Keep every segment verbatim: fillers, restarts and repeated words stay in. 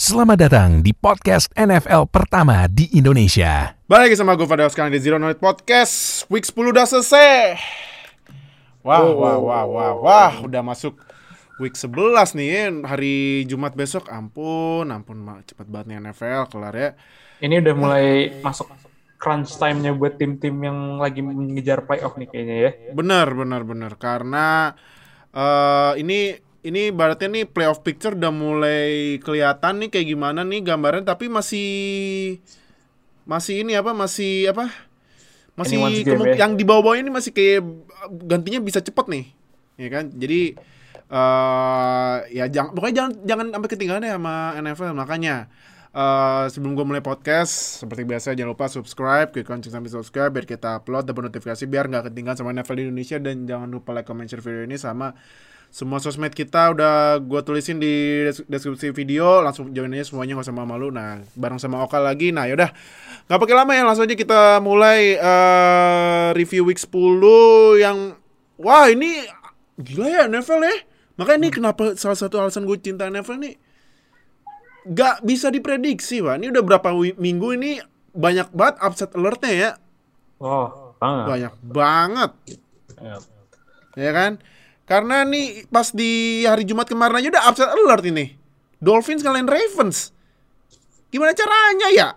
Selamat datang di podcast N F L pertama di Indonesia. Balik lagi sama gue Fadel sekarang di Zero Knowledge Podcast. Week sepuluh udah selesai. Wah, Oh. wah, wah, wah, wah. Udah masuk week sebelas nih ya. Hari Jumat besok. Ampun, ampun. Cepet banget nih N F L kelar ya. Ini udah mulai masuk crunch time-nya buat tim-tim yang lagi mengejar playoff nih kayaknya ya. Bener, bener, bener. Karena uh, ini ini ibaratnya nih playoff picture udah mulai kelihatan nih kayak gimana nih gambarnya. Tapi masih masih ini apa? Masih apa? Masih Anyone's game, kemung- ya? yang di bawah-bawah ini masih kayak gantinya bisa cepet nih, ya kan? Jadi uh, ya jangan pokoknya jangan jangan sampai ketinggalan ya sama N F L. Makanya uh, sebelum gue mulai podcast seperti biasa jangan lupa subscribe, klik lonceng sampai subscribe biar kita upload dapat notifikasi biar nggak ketinggalan sama N F L di Indonesia. Dan jangan lupa like, comment, share video ini sama semua sosmed kita udah gue tulisin di des- deskripsi video. Langsung join aja semuanya, gak usah malu. Nah, bareng sama Oka lagi. Nah, yaudah, gak pakai lama ya, langsung aja kita mulai uh, review week sepuluh yang wah ini gila ya N F L ya. Makanya ini kenapa salah satu alasan gue cinta N F L nih, gak bisa diprediksi, Pak. Ini udah berapa wi- minggu ini banyak banget upset alertnya ya. Oh, banget. Banyak banget, Ya. ya kan? Karena nih pas di hari Jumat kemarin aja udah upset alert ini. Dolphins ngalahin Ravens. Gimana caranya ya?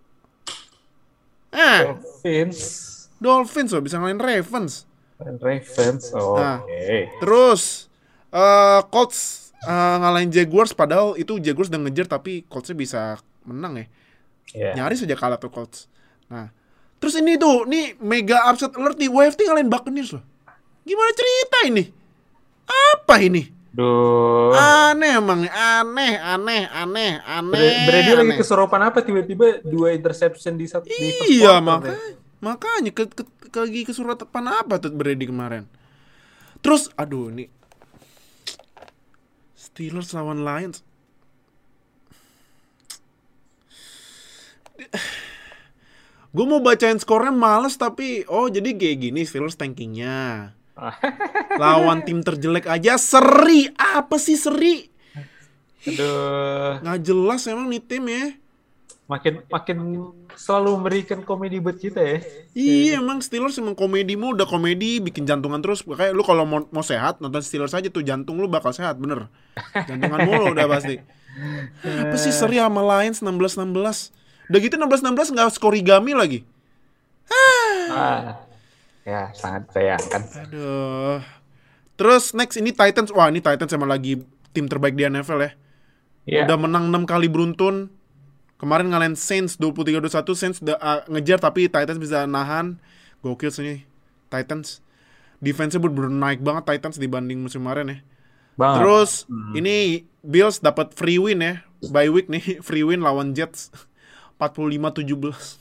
Eh, Dolphins, Dolphins loh bisa ngalahin Ravens. Ravens, oh, Nah. oke. Terus eh Colts eh, ngalahin Jaguars, padahal itu Jaguars udah ngejar tapi Coltsnya bisa menang ya. Ya. Nyaris aja kalah tuh Colts. Nah, terus ini tuh, nih mega upset alert nih, W F T ngalahin Buccaneers loh. Gimana cerita ini? Apa ini? Duh. Aneh emang nih, aneh, aneh, aneh, aneh. Bre- Brady lagi aneh. kesurupan apa tiba-tiba dua interception di satu di first Iya, quarter makanya, deh. makanya ke, ke, ke, lagi kesurupan apa tuh Brady kemarin. Terus, aduh ini Steelers lawan Lions. Gue mau bacain skornya males tapi oh jadi kayak gini Steelers tankingnya. Lawan tim terjelek aja seri. Apa sih seri? Aduh, Nggak jelas emang nih tim ya. makin makin selalu memberikan komedi buat kita ya. Iya emang Steelers emang komedi mu udah komedi bikin jantungan terus. Kayak lu kalau mau, mau sehat nonton Steelers aja tuh jantung lu bakal sehat bener. Jantungan mulu udah pasti. Apa sih seri sama Lions enam belas enam belas. Udah gitu enam belas enam belas nggak skorigami lagi. Ah, ya sangat sayangkan. Aduh. Terus next ini Titans. Wah ini Titans emang lagi tim terbaik di N F L ya. Ya. Udah menang enam kali beruntun. Kemarin ngalahin Saints dua puluh tiga dua puluh satu. Saints udah, uh, ngejar tapi Titans bisa nahan. Gokil sih Titans. Defense-nya bener-bener naik banget Titans dibanding musim kemarin ya. Banget. Terus ini Bills dapat free win ya. Bye week nih, free win lawan Jets empat puluh lima tujuh belas.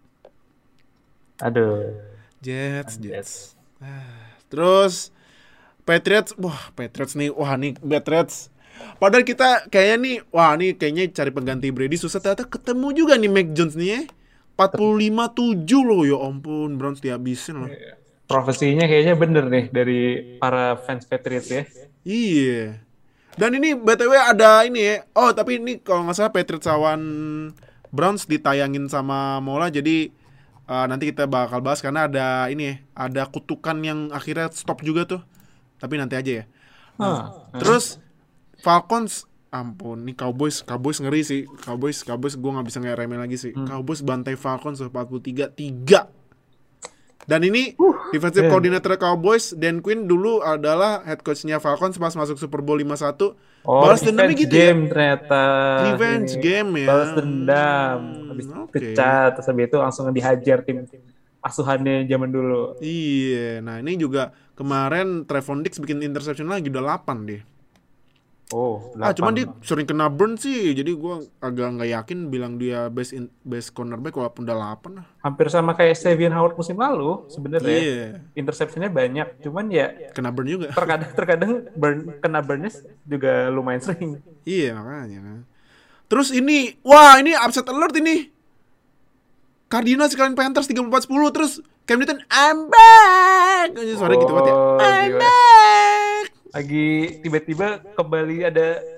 Aduh. Jets, Jets. Terus Patriots, wah Patriots nih, wah nih Patriots. Padahal kita kayaknya nih, wah nih kayaknya cari pengganti Brady susah, ternyata ketemu juga nih Mac Jones nih ya. empat puluh lima tujuh loh, ya ampun, Browns dihabisin loh. Profesinya kayaknya bener nih dari para fans Patriots ya. Iya. Dan ini B T W ada ini ya. Oh, tapi ini kalau nggak salah Patriots lawan Browns ditayangin sama Mola, jadi uh, nanti kita bakal bahas karena ada ini ya, ada kutukan yang akhirnya stop juga tuh. Tapi nanti aja ya. Hah. Terus Falcons, ampun, nih Cowboys, Cowboys ngeri sih. Cowboys, Cowboys gue nggak bisa ngeremehin lagi sih. Cowboys bantai Falcons empat puluh tiga tiga. Dan ini defensive man. coordinator Cowboys, Dan Quinn dulu adalah head coach-nya Falcons pas masuk Super Bowl lima satu. Oh, Balas dendamnya revenge gitu game ya. ternyata. Revenge Ini. game ya. Balas dendam. Habis Hmm, oke. pecat, terus habis itu langsung dihajar tim asuhannya zaman dulu. Iya, nah ini juga kemarin Trevon Diggs bikin interception lagi udah delapan deh. Oh, Ah, cuman dia delapan. sering kena burn sih, jadi gue agak nggak yakin bilang dia best in, best cornerback walaupun udah delapan lah. Hampir sama kayak Xavier Howard musim lalu sebenarnya. Iya, Interceptionnya banyak, cuman ya kena burn juga. terkadang terkadang burn, kena burnnya juga lumayan sering. Iya makanya kan. Terus ini, wah ini upset alert ini. Cardinals sekalian Panthers tiga puluh empat sepuluh. Terus Cam Newton, I'm back. Suara gitu banget ya. Oh, I'm gila. back. Lagi tiba-tiba kembali ada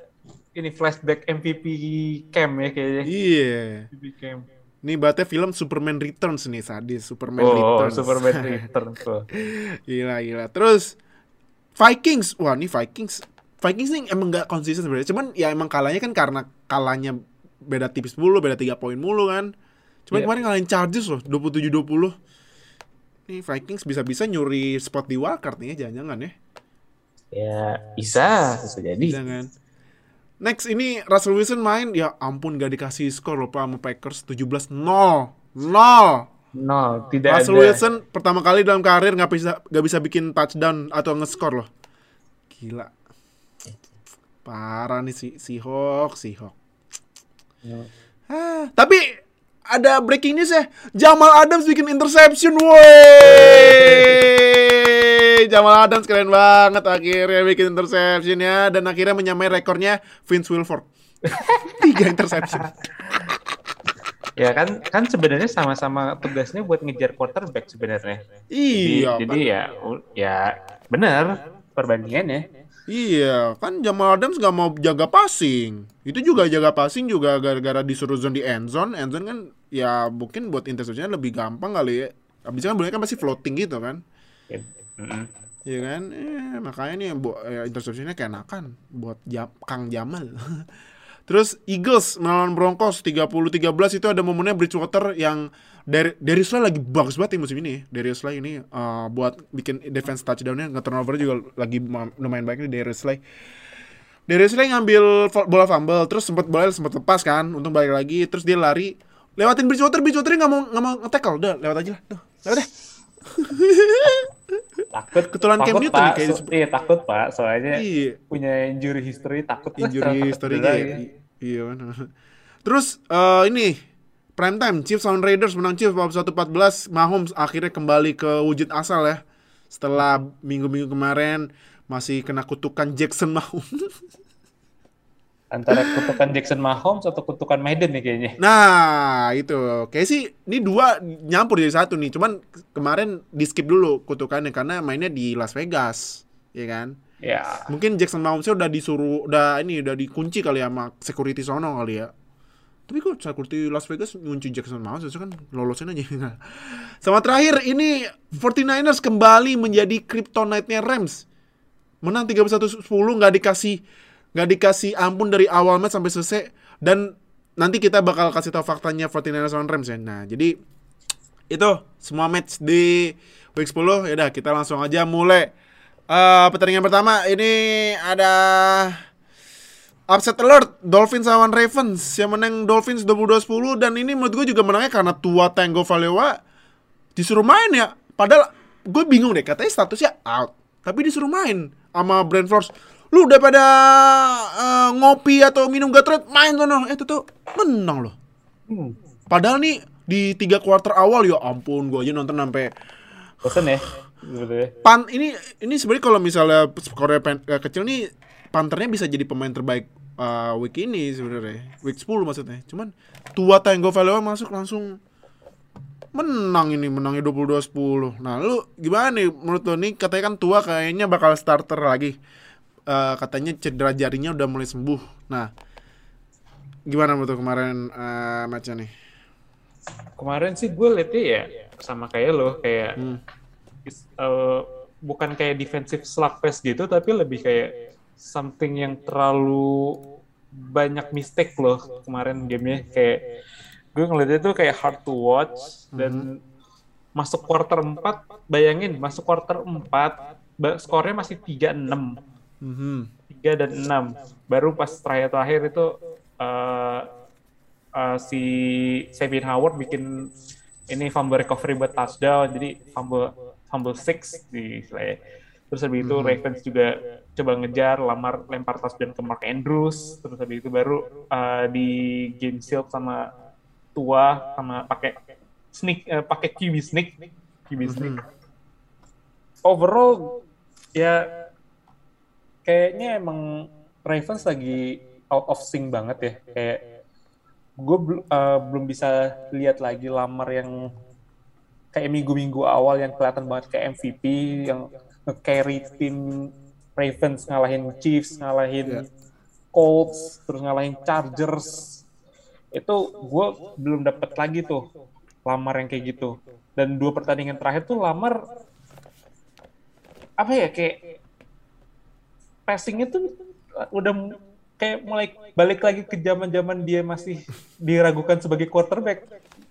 ini flashback M V P Cam ya kayaknya. Iya. M V P Cam. Ini berarti film Superman Returns nih, sadis Superman Oh, Returns. Superman Returns tuh. Gila gila. Terus Vikings, wah ini Vikings, Vikings nih emang nggak konsisten sebenarnya. Cuman ya emang kalahnya kan karena kalahnya beda tipis mulu, beda tiga poin mulu kan. Cuman Yeah. kemarin ngalahin Chargers loh, dua puluh tujuh dua puluh. Nih Vikings bisa-bisa nyuri spot di wildcard nih ya, jangan-jangan ya. Ya bisa, bisa jadi. Jangan. Next ini Russell Wilson main, ya ampun gak dikasih skor loh Pak sama Packers tujuh belas nol. nol. No, tidak Russell ada. Wilson pertama kali dalam karir nggak bisa nggak bisa bikin touchdown atau nge-score loh. Gila. Parah nih si Seahawks, Seahawks. No. Ah, tapi ada breaking news ya. Jamal Adams bikin interception, woi. Jamal Adams keren banget akhirnya bikin interception ya, dan akhirnya menyamai rekornya Vince Wilfork. Tiga interception. Ya kan kan sebenarnya sama-sama tugasnya buat ngejar quarterback sebenarnya. Iya. Jadi, jadi ya ya benar perbandingannya. Iya, kan Jamal Adams gak mau jaga passing. Itu juga jaga passing juga gara-gara disuruh zone di end zone. End zone kan ya mungkin buat interceptionnya lebih gampang kali ya. Abisnya kan bolanya kan pasti floating gitu kan. Ya, mm-mm. Iya kan? Eh, makanya nih bu- eh, interceptionnya keenakan buat Jam- Kang Jamal. Terus Eagles melawan Broncos tiga puluh tiga belas itu ada momennya Bridgewater yang dari Darius Slay lagi bagus banget nih musim ini. Darius Slay ini uh, buat bikin defense touchdown-nya, nge-turnover juga lagi lumayan baik nih Darius Slay. Darius Slay ngambil bola fumble, terus sempat bola sempat lepas kan, untung balik lagi, terus dia lari lewatin Bridgewater, Bridgewater nggak mau nggak mau nge-tackle, udah lewat aja lah, tuh lewat deh. Takut Ketulan Cam takut, Newton Pak. nih kayaknya. So, iya takut Pak, soalnya Iya. punya injury history, takut lah Injury kalau history cedera, ya. ya. Iya kan. Terus uh, ini prime time Chiefs lawan Raiders, menang Chiefs empat puluh satu empat belas. Mahomes akhirnya kembali ke wujud asal ya. Setelah minggu-minggu kemarin masih kena kutukan Jackson Mahomes. Antara kutukan Jackson Mahomes atau kutukan Madden nih kayaknya. Nah, itu. Kayak sih ini dua nyampur jadi satu nih. Cuman kemarin di skip dulu kutukannya karena mainnya di Las Vegas, ya kan? Ya. Mungkin Jackson Mahomes udah disuruh, udah ini udah dikunci kali ya sama security sono kali ya. Tapi kok security Las Vegas ngunci Jackson Mahomes, itu kan lolosin aja. Sama terakhir ini forty-niners kembali menjadi kryptonite-nya Rams. Menang tiga puluh satu sepuluh, nggak dikasih nggak dikasih ampun dari awal match sampai selesai, dan nanti kita bakal kasih tahu faktanya forty-niners lawan Rams ya. Nah, jadi itu semua match di week sepuluh. Ya udah, kita langsung aja mulai. Uh, pertandingan pertama ini ada upset alert, Dolphins lawan Ravens. Yang menang Dolphins dua puluh dua sepuluh, dan ini menurut gue juga menangnya karena Tua Tagovailoa disuruh main ya. Padahal gue bingung deh, katanya statusnya out, tapi disuruh main sama Brent Flores. Lu udah pada uh, ngopi atau minum Gatorade, main sono. Eh, itu tuh menang loh. Hmm. Padahal nih di tiga quarter awal, ya ampun, gue aja nonton sampai Bosen ya. Sebetulnya. Pan ini ini sebenarnya kalau misalnya skornya pen, uh, kecil nih, Panthernya bisa jadi pemain terbaik uh, week ini sebenarnya. Week sepuluh maksudnya. Cuman Tua Tagovailoa masuk langsung menang ini, menangnya dua puluh dua sepuluh. Nah, lu gimana nih menurut lu nih? Katanya kan Tua kayaknya bakal starter lagi. Uh, katanya cedera jarinya udah mulai sembuh. Nah, gimana menurut lu kemarin uh, match-nya nih? Kemarin sih gue liatnya ya sama kayak lo, kayak Hmm. uh, bukan kayak defensive slugfest gitu, tapi lebih kayak something yang terlalu banyak mistake loh kemarin gamenya. Kayak gue ngeliatnya tuh kayak hard to watch, dan masuk quarter empat, bayangin masuk quarter empat ba- skornya masih tiga enam. Mm-hmm. tiga dan enam. Baru pas terakhir-terakhir itu uh, uh, si Xavier Howard bikin ini fumble recovery buat touchdown, jadi fumble fumble six di istilahnya. Terus habis itu Ravens juga coba ngejar, lamar lempar touchdown ke Mark Andrews. Terus habis itu baru uh, di game shield sama Tua, sama pakai sneak, uh, pakai Q B sneak, Q B sneak. Overall ya kayaknya emang Ravens lagi out of sync banget ya. Kayak gue bel- uh, belum bisa lihat lagi Lamar yang kayak minggu-minggu awal yang kelihatan banget kayak M V P, yang nge-carry tim Ravens, ngalahin Chiefs, ngalahin Yeah. Colts, terus ngalahin Chargers. Itu gue belum dapat lagi tuh Lamar yang kayak gitu. Dan dua pertandingan terakhir tuh Lamar apa ya kayak passingnya tuh udah kayak mulai balik lagi ke zaman-zaman dia masih diragukan sebagai quarterback.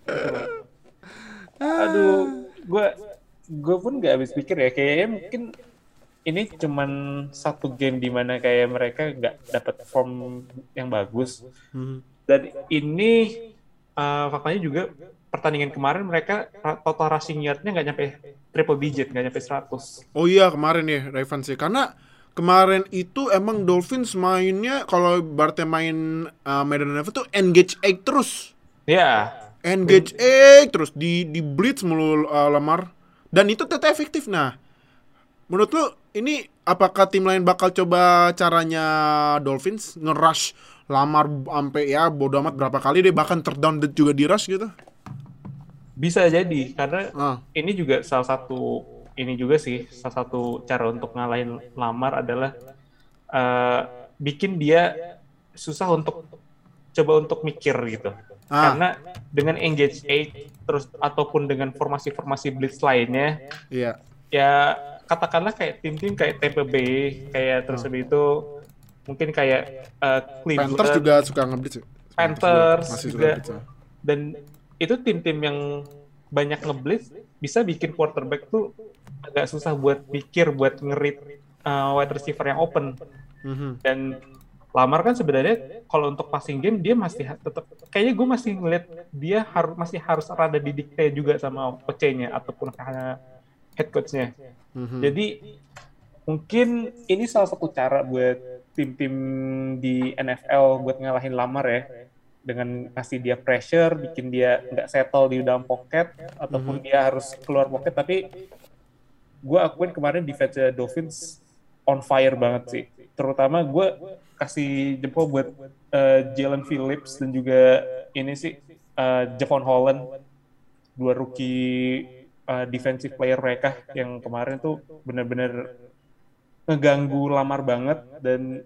Aduh, gue gue pun nggak habis pikir ya kayaknya mungkin ini cuman satu game di mana kayak mereka nggak dapat form yang bagus. Hmm. Dan ini uh, faktanya juga pertandingan kemarin mereka total rushing yard-nya nggak nyampe triple digit, nggak nyampe seratus. Oh iya kemarin ya Ravens sih, karena kemarin itu emang Dolphins mainnya kalau berarti main uh, Madden N F L tuh engage eight terus. Ya. Yeah. Engage eight terus di di blitz mulu uh, Lamar dan itu tetap efektif. Nah, menurut lu ini apakah tim lain bakal coba caranya Dolphins nge-rush Lamar sampai ya bodo amat berapa kali deh bahkan third down juga di rush gitu? Bisa jadi karena ah. ini juga salah satu ini juga sih salah satu cara untuk ngalahin Lamar adalah uh, bikin dia susah untuk coba untuk mikir gitu. Ah. Karena dengan engage eight terus ataupun dengan formasi-formasi blitz lainnya, iya. Ya katakanlah kayak tim-tim kayak Tampa Bay, kayak terus habis oh. itu mungkin kayak uh, Cleveland. Panthers juga suka ngeblitz. Panthers juga. juga. Dan itu tim-tim yang banyak ngeblitz bisa bikin quarterback tuh agak susah buat pikir, buat ngerit uh, wide receiver yang open. Mm-hmm. Dan Lamar kan sebenarnya kalau untuk passing game dia masih tetap kayaknya gue masih ngeliat dia harus masih harus rada didikte juga sama coach-nya ataupun head coach-nya. Mm-hmm. Jadi mungkin ini salah satu cara buat tim-tim di N F L buat ngalahin Lamar ya, dengan kasih dia pressure, bikin dia nggak settle di dalam pocket ataupun mm-hmm. dia harus keluar pocket. Tapi gue akuin kemarin defense Dolphins on fire banget sih, terutama gue kasih jempol buat uh, Jalen Phillips dan juga ini sih uh, Javon Holland, dua rookie uh, defensive player mereka yang kemarin tuh benar-benar ngeganggu Lamar banget dan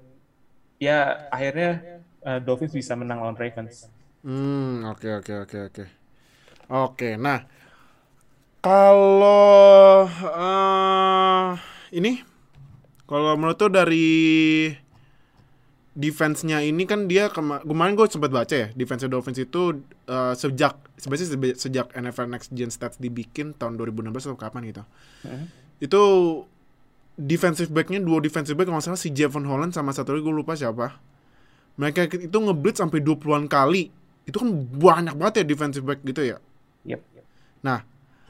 ya akhirnya uh, Dolphins bisa menang lawan Ravens. Hmm, oke oke oke oke. Oke, nah kalau uh, ini kalau menurut tuh dari defense-nya ini kan dia kema- kemarin gue sempat baca ya, defense Dolphins itu uh, sejak sebenarnya sejak N F L Next Gen Stats dibikin tahun dua ribu enam belas atau kapan gitu. Uh-huh. Itu defensive back-nya dua defensive back kalau nggak salah si Javon Holland sama satu lagi gue lupa siapa. Mereka itu nge-blitz sampai dua puluhan kali. Itu kan banyak banget ya defensive back gitu ya. Yep. Nah,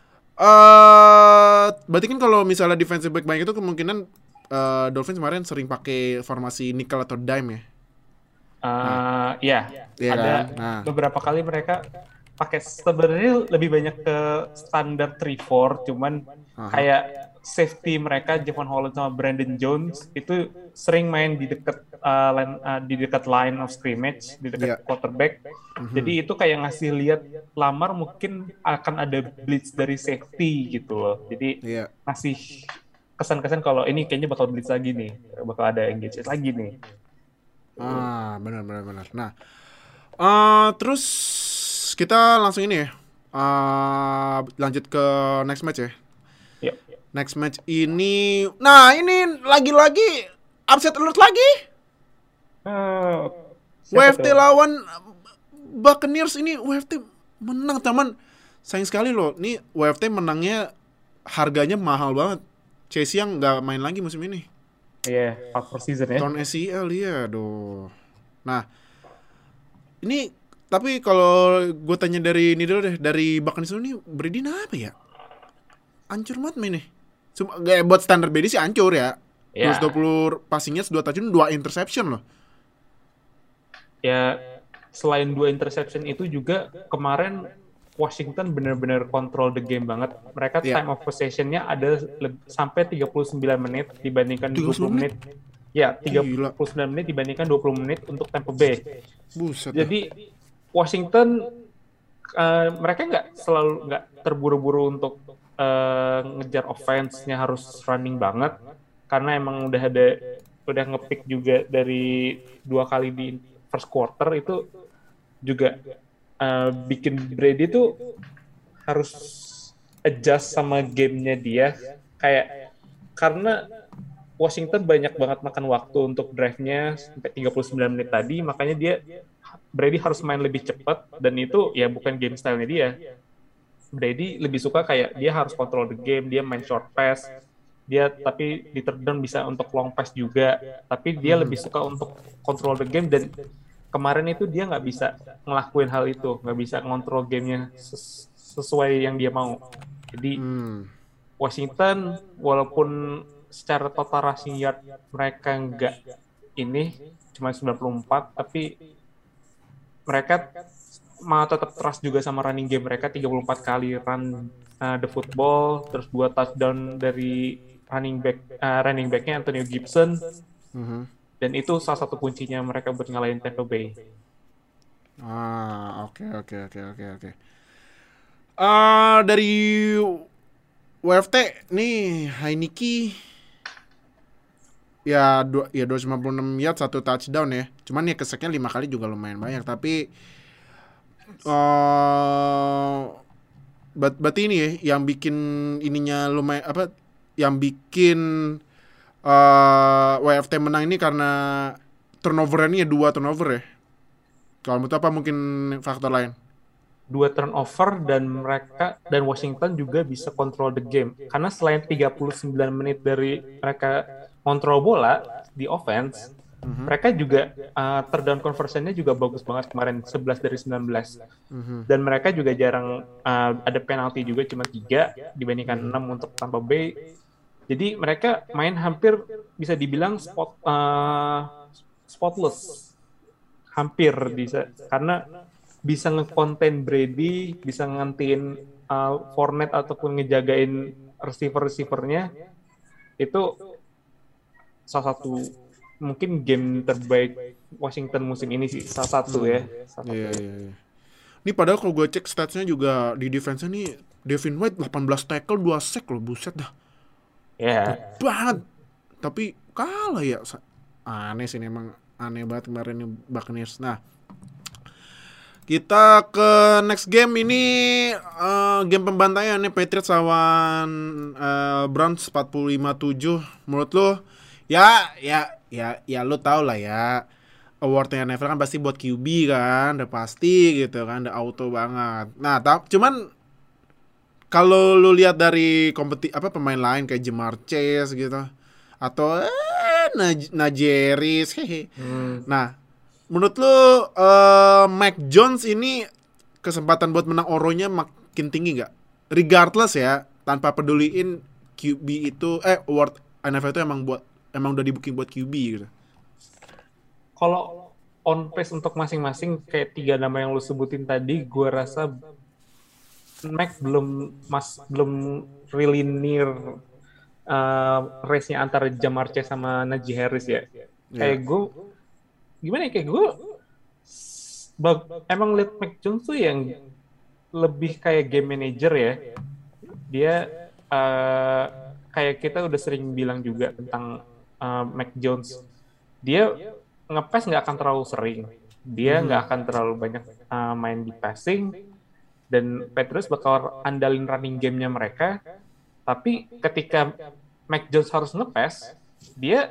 uh, berarti kan kalau misalnya defensive back banyak itu kemungkinan Uh, Dolphins kemarin sering pakai formasi nickel atau dime ya. Uh, nah, ya, iya ada kan? Nah. beberapa kali mereka pakai sebenarnya lebih banyak ke standar three four, cuman uh-huh. kayak safety mereka Javon Holland sama Brandon Jones itu sering main di dekat uh, line uh, di dekat line of scrimmage, di dekat yeah. quarterback. Uh-huh. Jadi itu kayak ngasih lihat Lamar mungkin akan ada blitz dari safety gitu loh. Jadi yeah. ngasih kesan-kesan kalau ini kayaknya bakal blitz lagi nih, bakal ada engage lagi nih. Ah, benar benar benar. Nah, uh, terus kita langsung ini ya, uh, lanjut ke next match ya. Yep. Next match ini, nah ini lagi-lagi upset alert lagi. Uh, W F T tuh? Lawan Buccaneers ini W F T menang teman. Sayang sekali loh, nih W F T menangnya harganya mahal banget. Chase Young nggak main lagi musim ini. Iya, yeah, out for season ya. Torn A C L ya, aduh. Nah, ini tapi kalau gue tanya dari ini dulu deh, dari Buccaneers ini Brady apa ya? Hancur banget mainnya. Cuma gak buat standar Brady sih hancur ya. Yeah. dua ratus dua puluh passingnya, dua touchdown, dua interception loh. Ya, selain dua interception itu juga kemarin Washington benar-benar kontrol the game banget. Mereka yeah. time of possession-nya ada le- sampai tiga puluh sembilan menit dibandingkan dua puluh menit. Ya, tiga puluh sembilan menit dibandingkan dua puluh menit untuk Tampa Bay. Buset. Jadi Washington uh, mereka nggak selalu nggak terburu-buru untuk uh, ngejar offense-nya harus running banget karena emang udah ada udah ngepick juga dari dua kali di first quarter itu juga uh, bikin Brady tuh harus adjust sama gamenya dia kayak karena Washington banyak banget makan waktu untuk drive-nya sampai tiga puluh sembilan menit tadi, makanya dia Brady harus main lebih cepat dan itu ya bukan game style-nya dia. Brady lebih suka kayak dia harus control the game, dia main short pass, dia tapi di third down bisa untuk long pass juga, tapi dia lebih suka untuk control the game dan kemarin itu dia nggak bisa ngelakuin hal itu, nggak bisa ngontrol gamenya ses- sesuai yang dia mau. Jadi hmm. Washington walaupun secara total rushing yard mereka nggak ini cuma sembilan puluh empat, tapi mereka mau tetap trust juga sama running game mereka tiga puluh empat kali run uh, the football, terus dua touchdown dari running back uh, running backnya Antonio Gibson, mm-hmm. dan itu salah satu kuncinya mereka buat ngalahin Tampa Bay. Ah oke okay, oke okay, oke okay, oke oke. Uh, dari W F T nih Heineke ya dua ya dua ratus lima puluh enam yard satu touchdown ya. Cuman ya keseknya lima kali juga lumayan banyak, tapi uh, ber- berarti ini ya yang bikin ininya lumayan apa yang bikin uh, W F T menang ini karena turnover-nya dua turnover ya. Kalau menurut apa mungkin faktor lain? Dua turnover dan mereka dan Washington juga bisa control the game. Karena selain tiga puluh sembilan menit dari mereka kontrol bola di offense, mm-hmm. mereka juga uh, third down conversion-nya juga bagus banget kemarin, sebelas dari sembilan belas. Mm-hmm. Dan mereka juga jarang uh, ada penalti juga, cuma tiga dibandingkan enam mm-hmm. untuk Tampa Bay. Jadi mereka main hampir bisa dibilang spot uh, spotless. Hampir bisa, karena bisa nge-contain Brady, bisa ngantiin uh, Fournette ataupun ngejagain receiver-receivernya. Itu salah satu mungkin game terbaik Washington musim ini sih, salah satu ya. Salah iya, satu. iya, iya. Ini padahal kalau gue cek statsnya juga di defense-nya nih, Devin White delapan belas tackle, dua sack loh, buset dah. Ya. Yeah. Banget. Tapi kalah ya. Aneh sih emang, aneh banget kemarin nih Buccaneers. Nah, kita ke next game ini uh, game pembantaian nih Patriots lawan uh, Browns empat puluh lima tujuh. Menurut lo ya ya ya ya lo tau lah ya. Awardnya N F L kan pasti buat Q B kan, udah pasti gitu kan, udah auto banget. Nah, ta- cuman kalau lo lihat dari kompeti apa pemain lain kayak Jamar Chase gitu atau eh, Naj- Najeris hehe. Hmm. Nah, menurut lu uh, Mac Jones ini kesempatan buat menang Oronya makin tinggi nggak? Regardless ya, tanpa peduliin Q B itu eh award N F L itu emang buat emang udah di-booking buat Q B gitu. Kalau on pace untuk masing-masing kayak tiga nama yang lu sebutin tadi, gua rasa Mac belum mas belum really near uh, race-nya antara Jamar Chase sama Najee Harris ya. Yeah. Kayak gue gimana ya, kayak gue bag, emang liat Mac Jones tuh yang lebih kayak game manager ya. Dia uh, kayak kita udah sering bilang juga tentang uh, Mac Jones. Dia nge-pass nggak akan terlalu sering. Dia nggak hmm. akan terlalu banyak uh, main di passing. Dan Patriots bakal andalin running game-nya mereka. Tapi ketika Mac Jones harus nge-pass, dia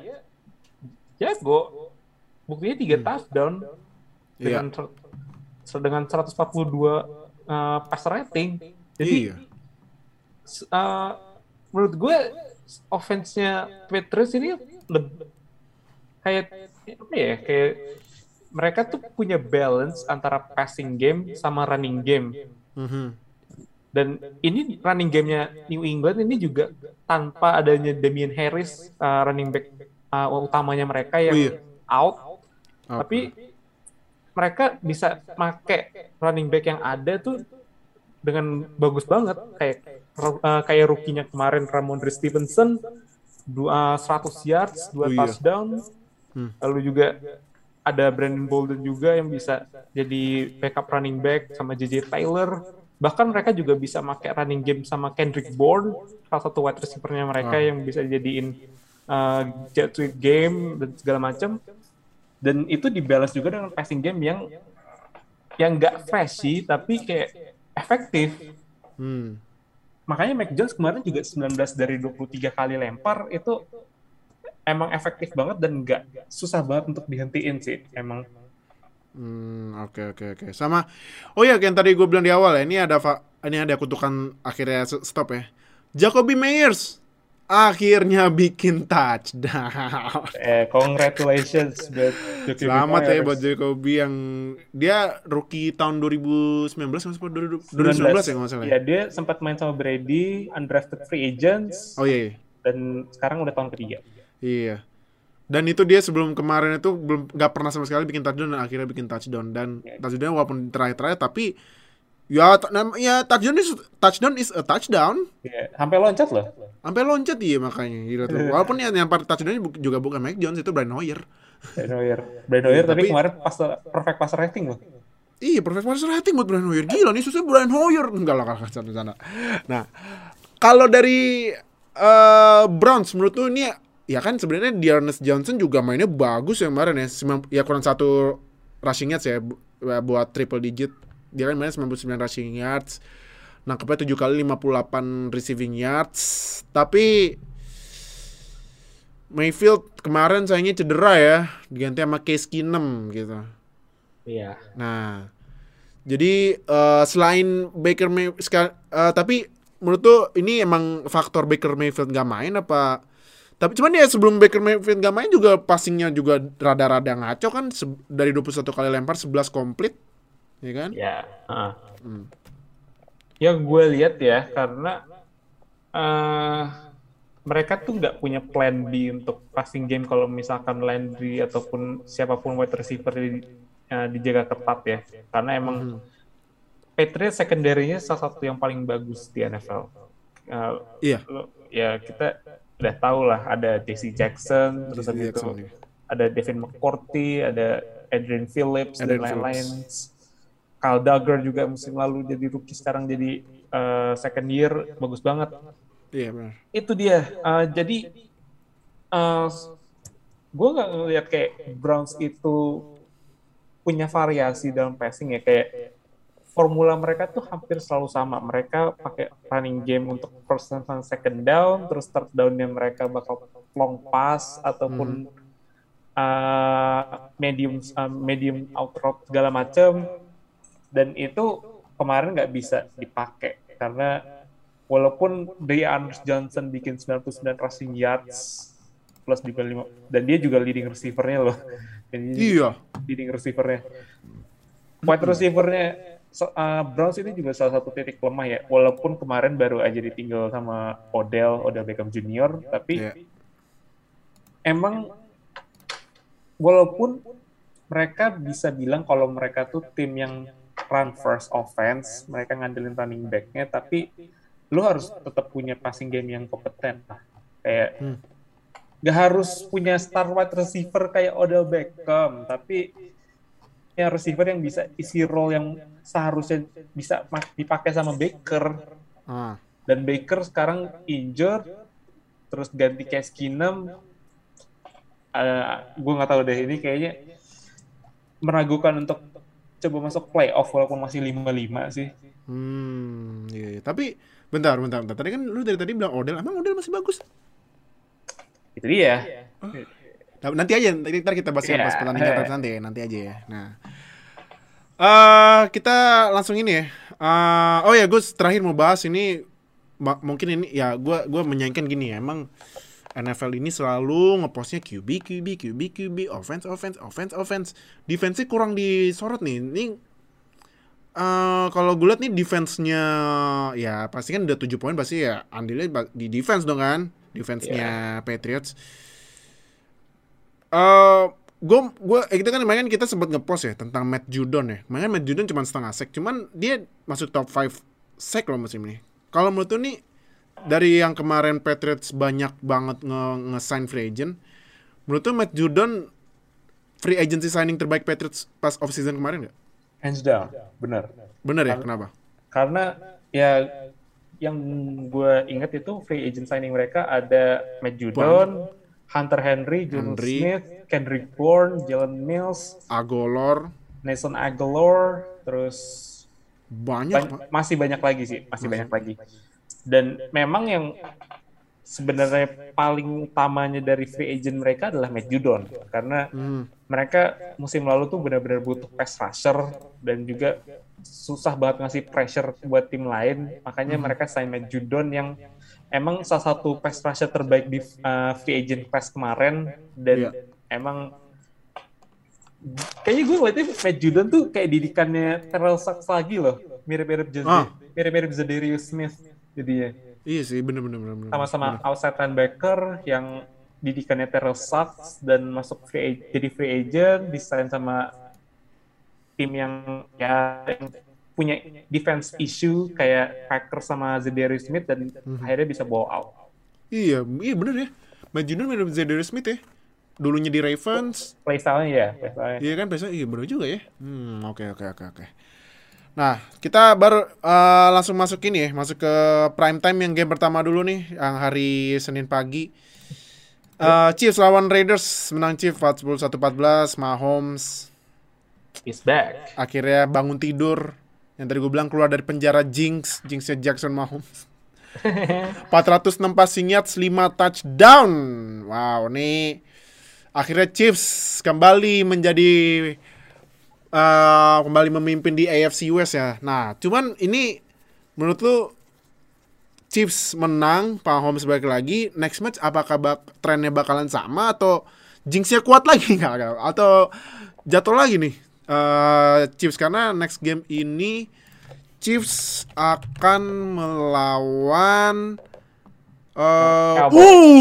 jago. Buktinya tiga hmm. touchdown dengan yeah. dengan seratus empat puluh dua uh, pass rating. Jadi yeah. uh, menurut gue offense-nya Patriots ini lebih kayak apa ya? Kayak mereka tuh punya balance antara passing game sama running game. Mm-hmm. Dan ini running game-nya New England ini juga tanpa adanya Damien Harris uh, running back uh, utamanya mereka yang oh, iya. out. Okay. Tapi mereka bisa make running back yang ada tuh dengan bagus banget, kayak uh, kayak rookie-nya kemarin Ramondre Stevenson dua seratus yards, dua oh, touchdown. Iya. Hmm. Lalu juga ada Brandon Bolden juga yang bisa jadi backup running back sama J J Taylor. Bahkan mereka juga bisa make running game sama Kendrick Bourne, salah satu wide receiver-nya mereka oh. yang bisa jadiin uh, jet sweep game dan segala macam. Dan itu dibalas juga dengan passing game yang yang nggak flashy tapi kayak efektif. Hmm. Makanya Mac Jones kemarin juga sembilan belas dari dua puluh tiga kali lempar itu emang efektif banget dan nggak susah banget untuk dihentiin sih emang. Hmm, oke oke oke. Sama, oh ya, yang tadi gue bilang di awal ya, ini ada fa- ini ada kutukan akhirnya stop ya. Jacoby Meyers akhirnya bikin touchdown. Eh, congratulations buat Jacoby Selamat ya Myers. buat Jacoby yang dia rookie tahun dua ribu sembilan belas atau dua ribu sembilan belas ya kalau nggak salah. Ya, dia sempat main sama Brady, undrafted free agents, Oh iya, iya. dan sekarang udah tahun ketiga. Iya. Dan itu dia sebelum kemarin itu belum nggak pernah sama sekali bikin touchdown dan akhirnya bikin touchdown dan Ya. touchdown walaupun terakhir-terakhir tapi ya t- nam- ya touchdown is touchdown is a touchdown. Ya, sampai loncat loh. Sampai loncat iya makanya gila tuh. Walaupun yang yang part touchdown juga bukan Mac Jones, itu Brian Hoyer. Brian Hoyer. Brian Hoyer Iya, tapi, tapi- kemarin pas perfect passer rating loh. Iya, perfect passer rating buat Brian Hoyer. Gila nih susah Brian Hoyer. Enggak lah, kalau sana. Nah, kalau dari eh Browns menurut lu ini ya kan sebenarnya Dearness Johnson juga mainnya bagus ya kemarin ya. Sembilan- ya kurang satu rushing yards ya bu- buat triple digit. Dia kan mainnya sembilan puluh sembilan rushing yards. Nangkepnya tujuh kali lima puluh delapan receiving yards. Tapi Mayfield kemarin sayangnya cedera ya, diganti sama Case Keenum gitu. Iya. Nah, jadi eh, selain Baker Mayfield, uh, tapi menurut tuh ini emang faktor Baker Mayfield nggak main apa? Tapi cuman ya sebelum Baker Mayfield nggak main juga passingnya juga rada-rada ngaco kan, Se- dari dua puluh satu kali lempar sebelas komplit, ya kan? Ya. uh. Hmm. Yang gue lihat ya karena eh mereka tuh nggak punya plan B untuk passing game kalau misalkan Landry ataupun siapapun wide receiver di, eh, dijaga ketat ya. Karena emang Mhm. Patriots secondary-nya salah satu yang paling bagus di N F L. Eh, Iya. lo- ya kita udah tahu lah ada J C Jackson, terus J C habis Jackson, itu iya. ada Devin McCourty, ada Adrian Phillips Adrian dan lain-lain. Kyle Duggar juga musim lalu jadi rookie, sekarang jadi eh, second year, bagus banget. Iya benar. Itu dia. Uh, jadi uh, gue nggak ngeliat kayak Browns itu punya variasi dalam passing ya, kayak formula mereka tuh hampir selalu sama. Mereka pakai running game untuk first and second down, terus third down-nya mereka bakal long pass ataupun uh, medium uh, medium out route segala macam. Dan itu kemarin nggak bisa dipakai karena walaupun Dearness Johnson bikin sembilan puluh sembilan rushing yards plus juga lima, dan dia juga leading receiver-nya loh. Dan dia Iya. leading receiver-nya. Wide receiver-nya so, uh, Browns ini juga salah satu titik lemah ya. Walaupun kemarin baru aja ditinggal sama Odell, Odell Beckham Junior, tapi Iya. emang walaupun mereka bisa bilang kalau mereka tuh tim yang run first offense, mereka ngandelin running back-nya, tapi lu harus tetap punya passing game yang kompeten lah. Kayak Hmm. gak harus punya star wide receiver kayak Odell Beckham, tapi ya receiver yang bisa isi role yang seharusnya bisa ma- dipakai sama Baker. Ah. Dan Baker sekarang injured, terus ganti Case Keenum. Uh, gue nggak tahu deh, ini kayaknya meragukan untuk coba masuk playoff walaupun masih lima lima sih. Hmm, iya, iya. Tapi bentar, bentar, bentar. Tadi kan lu dari tadi bilang Odell, emang Odell masih bagus? Itu dia. Nah, nanti aja, nanti ntar kita bahas Iya. pas pertandingan Raps nanti ya, nanti aja ya. Nah, eh kita langsung ini ya. Eh, oh ya, Gus, terakhir mau bahas ini, ma- mungkin ini ya, gue gue menyayangkan gini ya, emang N F L ini selalu ngepostnya Q B, Q B, Q B, Q B, offense, offense, offense, offense. Defense-nya kurang disorot nih. Ini eh kalau gue liat nih defense-nya ya pasti kan udah tujuh poin, pasti ya andilnya ba- di defense dong kan, defense-nya Patriots. Eh gue gue eh, kita kan kemarin kita sempat ngepost ya tentang Matt Judon ya. Kemarin Matt Judon cuma setengah sack, cuman dia masuk top lima sack loh musim ini. Kalau menurut lu nih dari yang kemarin Patriots banyak banget nge- nge-sign free agent, menurut lu Matt Judon free agency signing terbaik Patriots pas off season kemarin nggak? Hands down, benar. Bener ya? Kenapa? Karena ya yang gue ingat itu free agent signing mereka ada Matt Judon, Hunter Henry, Jonnu Henry. Smith, Kendrick Bourne, Jalen Mills, Agolor, Nelson Aguilar, terus banyak ban- Pak. masih banyak lagi sih, masih Masih. banyak lagi. Dan memang yang sebenarnya paling utamanya dari free agent mereka adalah Matt Judon, karena Hmm. mereka musim lalu tuh benar-benar butuh pass rusher dan juga susah banget ngasih pressure buat tim lain, makanya mereka sign Matt Judon yang emang salah satu pass rusher terbaik di uh, free agent class kemarin, dan Iya. emang kayaknya gue ngeliatnya Matt Judon tuh kayak didikannya Terrell Suggs lagi loh, mirip-mirip Jose, Ah. mirip-mirip Za'Darius Smith jadinya. Iya sih, bener-bener. bener. Sama-sama outside linebacker yang didikannya Terrell Suggs dan masuk free, jadi free agent, disign sama tim yang ya yang punya defense issue kayak Packers sama Za'Darius Smith, dan akhirnya bisa bawa out. Iya, iya bener ya. Matt Judon mirip Za'Darius Smith ya. Dulunya di Ravens. Playstyle-nya ya, playstyle-nya. Iya kan, biasanya iya bener juga ya. Hmm, oke oke oke oke. Nah, kita baru uh, langsung masuk ini ya, masuk ke prime time yang game pertama dulu nih, yang hari Senin pagi. Uh, Chiefs lawan Raiders, menang Chiefs empat puluh satu empat belas. Mahomes Is back. akhirnya bangun tidur. Yang tadi gue bilang keluar dari penjara jinx, jinxnya Jackson Mahomes. empat ratus enam passing yards, lima touchdown. Wow, nih akhirnya Chiefs kembali menjadi Uh, kembali memimpin di A F C West ya. Nah, cuman ini menurut lu Chiefs menang, Mahomes balik lagi, next match apakah bak- trennya bakalan sama atau jinxnya kuat lagi nggak? Atau jatuh lagi nih uh, Chiefs, karena next game ini Chiefs akan melawan uh,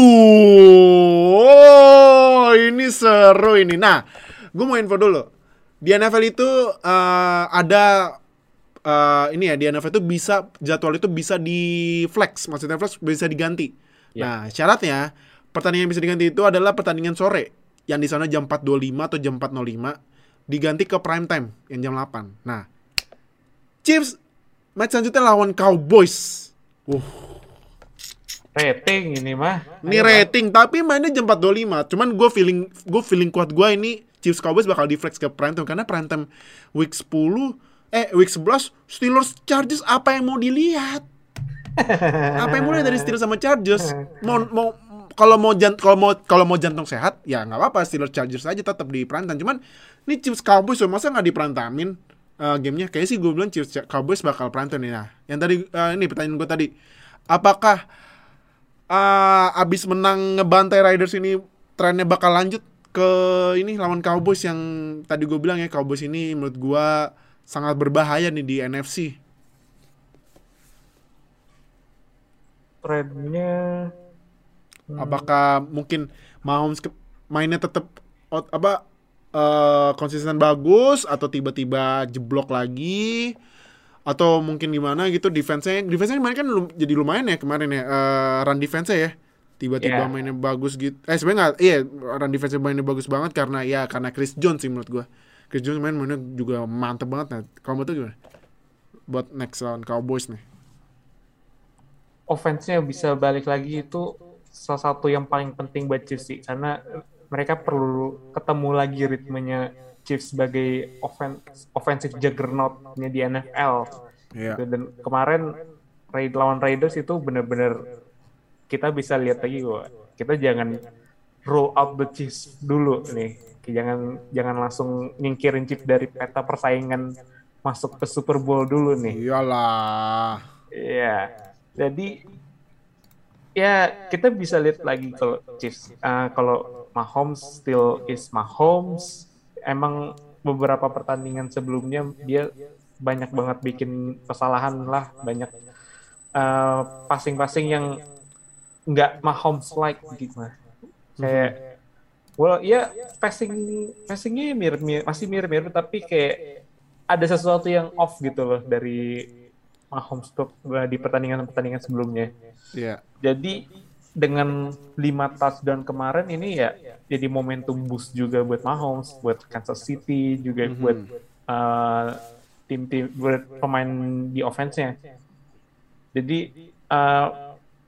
oh, ini seru ini. Nah, gue mau info dulu. Di N F L itu uh, ada uh, ini ya, di N F L itu bisa jadwal itu bisa di flex, maksudnya flex bisa diganti. Ya. Nah, syaratnya pertandingan yang bisa diganti itu adalah pertandingan sore yang di sana jam empat dua puluh lima atau jam empat nol lima diganti ke prime time yang jam delapan. Nah, Chiefs match selanjutnya lawan Cowboys. Uh, Rating ini mah. ini rating tapi mainnya jam empat dua puluh lima. Cuman gue feeling gue feeling kuat gue ini Chiefs Cowboys bakal di flex ke prime time, karena prime time week sepuluh eh week sebelas Steelers Chargers, apa yang mau dilihat? Apa yang mulai dari Steelers sama Chargers? Mau mau kalau mau jant kalau mau kalau mau jantung sehat ya nggak apa-apa, Steelers Chargers aja tetap di prime time. Cuman ini Chiefs Cowboys so, masa nggak di prime timein uh, gamenya? Kayaknya sih gue bilang Chiefs Cowboys bakal prime time nih. Nah, yang tadi uh, ini pertanyaan gue tadi, apakah uh, abis menang ngebantai Raiders ini trennya bakal lanjut ke ini lawan Cowboys yang tadi gue bilang ya, Cowboys ini menurut gue sangat berbahaya nih di N F C. Trennya hmm. Apakah mungkin Mahomes ke- mainnya tetap out, apa uh, konsisten bagus atau tiba-tiba jeblok lagi, atau mungkin gimana gitu defense-nya? Defense-nya kemarin kan lum- jadi lumayan ya kemarin ya, uh, run defense-nya ya. Tiba-tiba Yeah. mainnya bagus gitu. Eh sebenarnya nggak, iya run defense mainnya bagus banget karena ya karena Chris Jones sih menurut gua. Chris Jones main mainnya juga mantep banget. Nah, kalau menurut lu gimana? Buat next lawan Cowboys nih. Offense-nya bisa balik lagi itu salah satu yang paling penting buat Chiefs sih, karena mereka perlu ketemu lagi ritmenya Chiefs sebagai offen- offensive juggernaut-nya di N F L. Iya. Gitu. Dan kemarin Raid lawan Raiders itu benar-benar kita bisa lihat lagi bahwa kita jangan roll out the Chiefs dulu nih. Jangan jangan langsung nyingkirin Chiefs dari peta persaingan masuk ke Super Bowl dulu nih. Iyalah. Iya. Jadi ya kita bisa lihat lagi kalau Chiefs, uh, kalau Mahomes still is Mahomes. Emang beberapa pertandingan sebelumnya dia banyak banget bikin kesalahan lah, banyak uh, passing-passing yang nggak Mahomes-like gitu mah. Kayak, well ya passing passingnya mirip, mirip masih mirip-mirip, tapi kayak ada sesuatu yang off gitu loh dari Mahomes tuh di pertandingan-pertandingan sebelumnya. Iya. Jadi dengan lima touchdown kemarin ini ya jadi momentum boost juga buat Mahomes, buat Kansas City, juga Mhm. buat uh, tim-tim buat pemain di offense-nya. Jadi uh,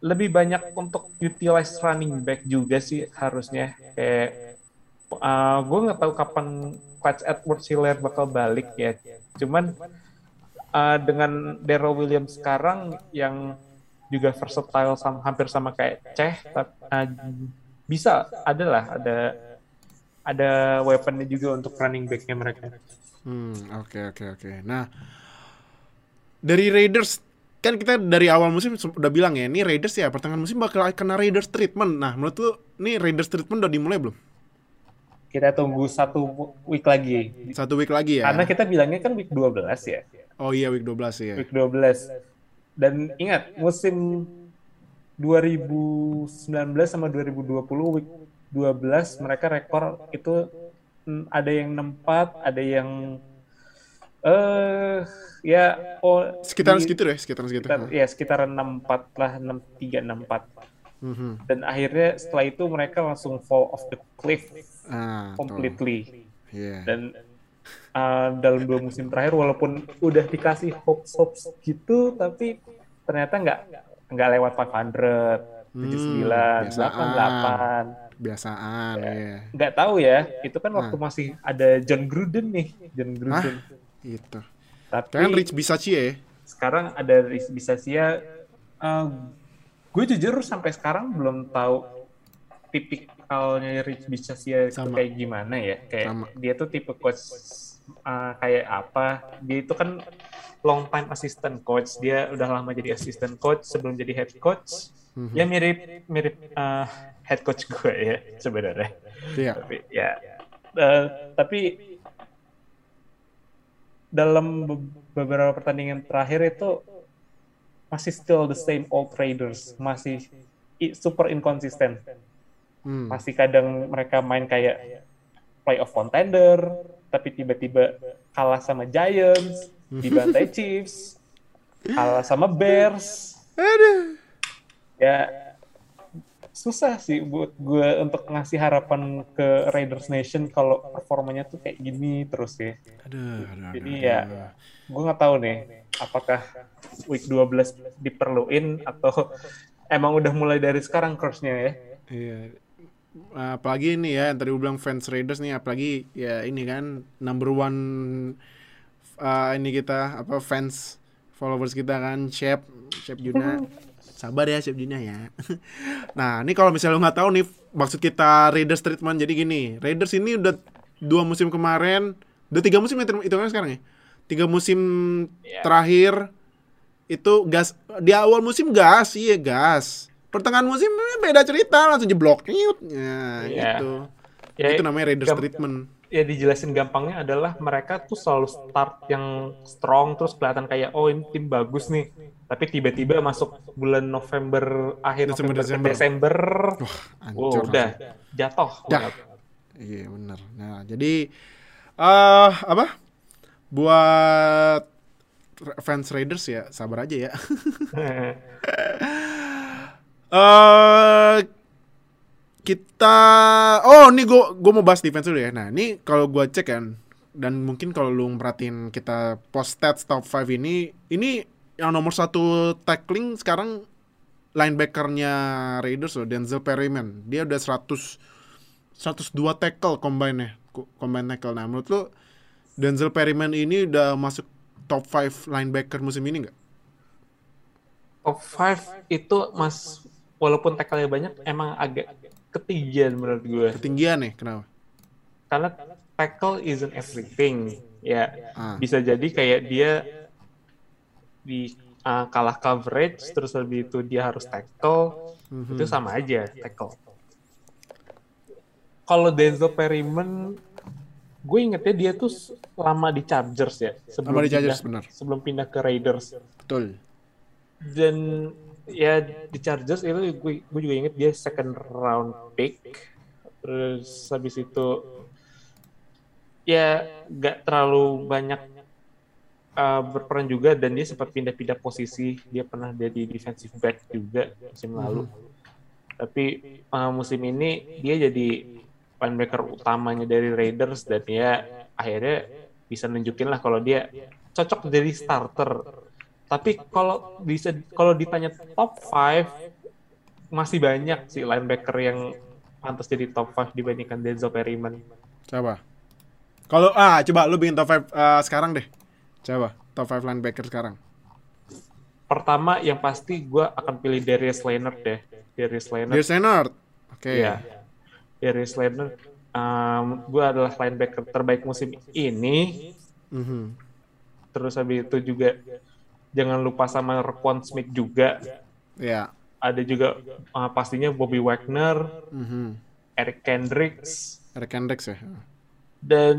lebih banyak untuk utilize running back juga sih harusnya. Kayak uh, gue nggak tahu kapan Clyde Edwards-Helaire bakal balik ya. Cuman uh, dengan Darrell Williams sekarang yang juga versatile sama, hampir sama kayak Ceh, uh, bisa ada lah, ada ada weaponnya juga untuk running back-nya mereka. Hmm, oke oke oke. Nah, dari Raiders kan kita dari awal musim udah bilang ya, ini Raiders ya pertengahan musim bakal kena Raiders treatment. Nah, menurut lu nih Raiders treatment udah dimulai belum? Kita tunggu satu week lagi. Satu week lagi ya. Karena kita bilangnya kan week dua belas ya. Oh iya, week dua belas ya. Week dua belas. Dan ingat, musim dua ribu sembilan belas sama dua ribu dua puluh week dua belas mereka rekor itu ada yang enam empat, ada yang eh uh, ya oh sekitaran di, segitu deh, sekitaran segitu. Sekitar, ya sekitar enam empat lah, enam tiga, enam empat. Mm-hmm. Dan akhirnya setelah itu mereka langsung fall off the cliff ah, completely. Yeah. Dan uh, dalam dua musim terakhir walaupun udah dikasih hopes-hopes gitu, tapi ternyata nggak nggak lewat lima ratus, tujuh puluh sembilan, hmm, delapan puluh delapan. Biasaan, ya. Yeah. Nggak tahu ya, itu kan waktu nah. masih ada John Gruden nih, John Gruden. Ah, itu. Tapi kan Rich Bisaccia ya. Sekarang ada Rich Bisaccia. Uh, gue jujur sampai sekarang belum tahu tipikalnya Rich Bisaccia itu kayak gimana ya. Kayak Sama. Dia tuh tipe coach uh, kayak apa? Dia itu kan long time assistant coach. Dia udah lama jadi assistant coach sebelum jadi head coach. Mm-hmm. Ya mirip mirip uh, head coach gue ya sebenarnya. Yeah. Tapi ya, uh, tapi dalam beberapa pertandingan terakhir itu masih still the same old Raiders, masih super inconsistent. Hmm. Masih kadang mereka main kayak playoff contender, tapi tiba-tiba kalah sama Giants, dibantai Chiefs, kalah sama Bears. Aduh. Ya susah sih buat gue untuk ngasih harapan ke Raiders Nation kalau performanya tuh kayak gini terus ya. Aduh, aduh, Jadi aduh, ya aduh. gue nggak tahu nih apakah week dua belas diperluin atau emang udah mulai dari sekarang course-nya ya. Iya. Apalagi ini ya yang tadi gue bilang fans Raiders nih, apalagi ya ini kan number one uh, ini kita apa fans followers kita kan Chef Chef Juna. Sabar ya Chef Juna ya. Nah, ini kalau misalnya lo nggak tahu nih maksud kita Raiders treatment, jadi gini, Raiders ini udah dua musim kemarin, udah tiga musim ya hitungannya sekarang ya. Tiga musim yeah. terakhir itu gas, di awal musim gas, iya gas. Pertengahan musim beda cerita, langsung jeblok. Ya, yeah. gitu. Ya, itu namanya Raiders gamp- treatment. Ya dijelasin gampangnya adalah mereka tuh selalu start yang strong terus kelihatan kayak oh ini tim bagus nih. Tapi tiba-tiba masuk bulan November akhir Desember, November Desember, Desember wah, wow, udah jatuh. Dah. Iya benar. Nah, jadi uh, apa? Buat fans Raiders ya sabar aja ya. uh, kita oh nih gue gue mau bahas defense dulu ya. Nah ini kalau gue cek kan dan mungkin kalau lu merhatiin kita post stats top lima ini ini yang nomor satu tackling sekarang linebackernya Raiders loh, Denzel Perryman. Dia udah seratus, seratus dua tackle combine-nya, combine tackle. Nah menurut lu Denzel Perryman ini udah masuk top lima linebacker musim ini nggak? Top lima itu mas, walaupun tackle-nya banyak, emang agak ketinggian menurut gue. Ketinggian nih, kenapa? Karena tackle isn't everything. Ya, ah. bisa jadi kayak dia di uh, kalah coverage, terus lebih itu dia harus tackle, mm-hmm. itu sama aja tackle. Kalau Denzel Perryman, gue ingetnya dia tuh lama di Chargers ya, sebelum lama di Chargers, pindah, benar. sebelum pindah ke Raiders. Betul. Dan ya di Chargers itu gue, gue juga inget dia second round pick, terus habis itu ya gak terlalu banyak Uh, berperan juga dan dia sempat pindah-pindah posisi. Dia pernah jadi defensive back juga musim lalu. Mm-hmm. Tapi uh, musim ini dia jadi linebacker utamanya dari Raiders dan dia akhirnya bisa nunjukin lah kalau dia cocok jadi starter. Tapi kalau bisa kalau ditanya top lima, masih banyak sih linebacker yang pantas jadi top lima dibandingkan Denzel Perryman. Coba. Kalau ah coba lu bikin top lima uh, sekarang deh. Coba top lima linebacker sekarang. Pertama yang pasti gue akan pilih Darius Leonard deh. Darius Leonard. Darius Leonard. Oke. Okay. Iya. Darius Leonard. Um, gue adalah linebacker terbaik musim ini. Mm-hmm. Terus habis itu juga jangan lupa sama Roquan Smith juga. Iya. Yeah. Ada juga uh, pastinya Bobby Wagner, mm-hmm. Eric Kendricks. Eric Kendricks ya. Dan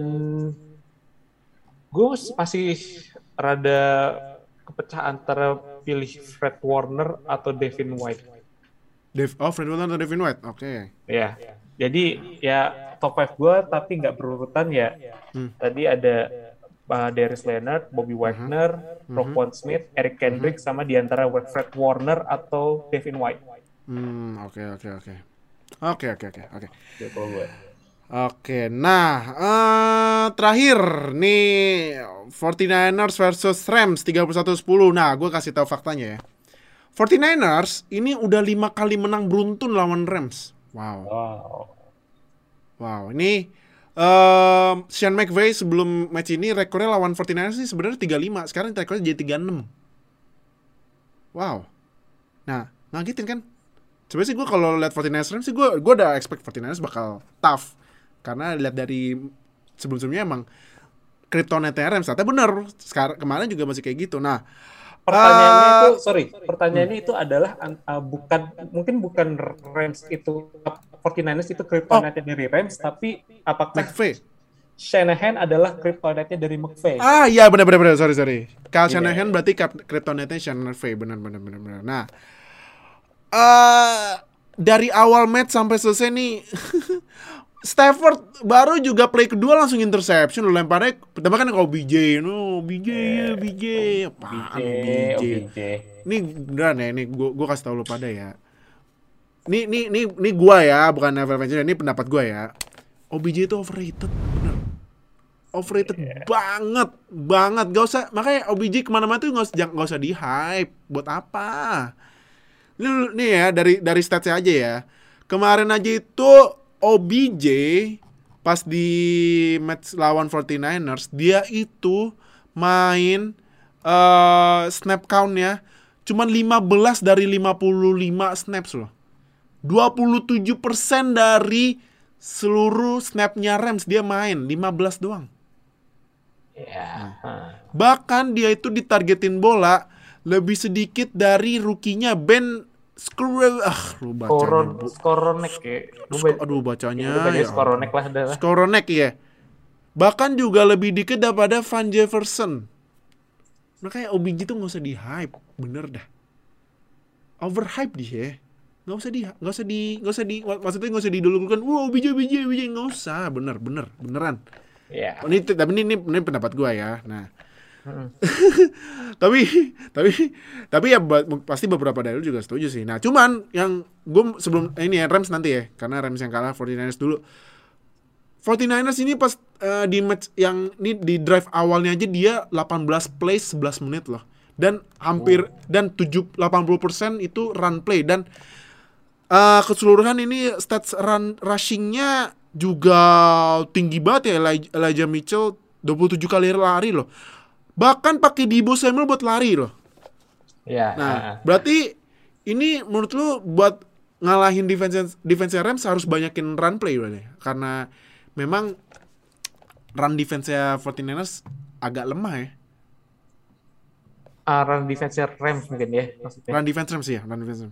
gue masih rada kepecah antara pilih Fred Warner atau Devin White. Dev, oh Fred Warner atau Devin White, oke. Okay. Ya, jadi ya top lima gue tapi nggak berurutan ya. Hmm. Tadi ada uh, Darius Leonard, Bobby Wagner, uh-huh. Roquan Smith, Eric Kendricks, uh-huh. sama diantara Fred Warner atau Devin White. Hmm, oke oke oke. Oke oke oke oke. Oke, nah uh, terakhir nih forty-niners versus Rams tiga puluh satu sepuluh. Nah, gue kasih tahu faktanya ya. forty-niners ini udah lima kali menang beruntun lawan Rams. Wow. Wow. Wow, ini uh, Sean McVay sebelum match ini rekornya lawan forty-niners ini sebenarnya tiga puluh lima. Sekarang rekornya jadi tiga puluh enam. Wow. Nah, ngagetin kan? Sebenarnya sih gue kalau lihat forty-niners Rams sih gue gue udah expect forty-niners bakal tough. Karena lihat dari sebelum-sebelumnya emang kryptonite Rams, ternyata bener. Sekarang kemarin juga masih kayak gitu. Nah, pertanyaannya uh, itu sorry, pertanyaannya hmm. itu adalah uh, bukan mungkin bukan Rams itu forty-niners itu kryptonite oh. dari Rams, tapi apakah McVay Shanahan adalah kryptonite dari McVay? Ah iya benar benar benar sorry sorry. Kyle yeah. Shanahan berarti kryptonite Shanahan McVay benar benar benar benar. Nah, uh, dari awal match sampai selesai nih Stafford baru juga play kedua langsung interception, lu lemparnya pertama kan ke O B J, no O B J ya O B J, apaan O B J? Ini beneran ya, ini gua gua kasih tahu lu pada ya. Ini ini ini ini gua ya, bukan N F L fans, ini pendapat gua ya. O B J itu overrated, bener. Overrated yeah. banget, banget. Gak usah, makanya O B J kemana-mana tuh gak usah, gak usah di hype. Buat apa? Ini nih ya dari dari statsnya aja ya. Kemarin aja itu O B J pas di match lawan forty-niners dia itu main uh, snap count-nya cuman lima belas dari lima puluh lima snaps loh. dua puluh tujuh persen dari seluruh snap-nya Rams dia main, lima belas doang. Yeah. Nah, bahkan dia itu ditargetin bola lebih sedikit dari rookie-nya Ben Skor ah lu bacanya bu. Skoronek ya. Sk- aduh bacanya ya. ya. Skoronek lah dah. Skoronek ya. Bahkan juga lebih dikit daripada Van Jefferson. Makanya O B J tuh enggak usah di-hype, bener dah. Overhype dia. Enggak usah di enggak usah di enggak usah di maksudnya enggak usah didulukan. Wah, O B J O B J O B J enggak usah, bener bener beneran. Iya. Yeah. Ini tapi ini, ini ini pendapat gua ya. Nah, tapi tapi tapi ya pasti beberapa dari lu juga setuju sih. Nah cuman yang gue sebelum ini ya Rams nanti ya, karena Rams yang kalah forty-niners dulu. forty-niners ini pas uh, di match yang ini di drive awalnya aja dia delapan belas play sebelas menit loh, dan hampir oh. dan tujuh delapan puluh persen itu run play, dan uh, keseluruhan ini stats run rushingnya juga tinggi banget ya. Elijah Mitchell dua puluh tujuh kali lari loh. Bahkan pakai Deebo Samuel buat lari loh. Ya. Nah, berarti ini menurut lu buat ngalahin defense defense Rams harus banyakin run play berarti. Karena memang run defense-nya forty-niners agak lemah ya. Uh, run defense-nya Rams mungkin ya maksudnya. Run defense Rams ya, run defense.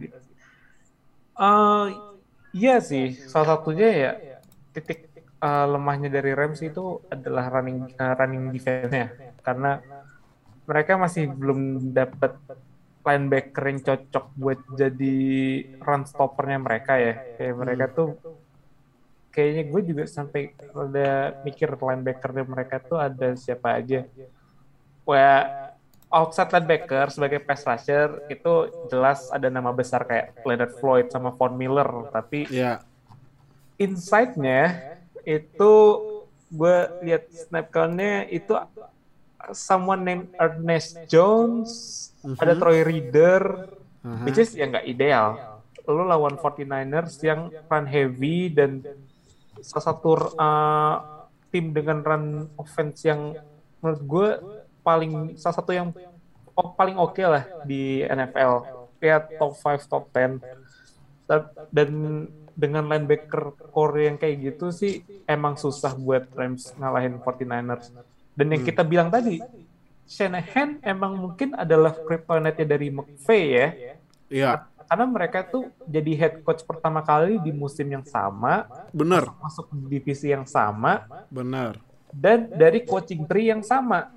Uh, iya sih, salah satunya ya titik uh, lemahnya dari Rams itu adalah running uh, running defense-nya. Karena mereka masih belum dapat linebacker yang cocok buat jadi run stoppernya mereka ya. Kayak mereka tuh kayaknya gue juga sampai udah mikir linebacker mereka tuh ada siapa aja. Wah, outside linebacker sebagai pass rusher itu jelas ada nama besar kayak Leonard Floyd sama Von Miller, tapi yeah. inside-nya itu gue lihat snap count-nya itu someone named Ernest Jones, uh-huh. ada Troy Reader, uh-huh. which is ya nggak ideal. lo lawan forty-niners yang run heavy dan salah satu uh, tim dengan run offense yang menurut gue paling salah satu yang oh, paling oke okay lah di N F L. Ya top five, top ten. Dan dengan linebacker core yang kayak gitu sih emang susah buat Rams ngalahin forty-niners. Dan yang hmm. kita bilang tadi, Shanahan emang mungkin adalah kryptonite dari McVay ya. Iya. Karena mereka tuh jadi head coach pertama kali di musim yang sama. Bener. Masuk, masuk divisi yang sama. Bener. Dan dari coaching tree yang sama.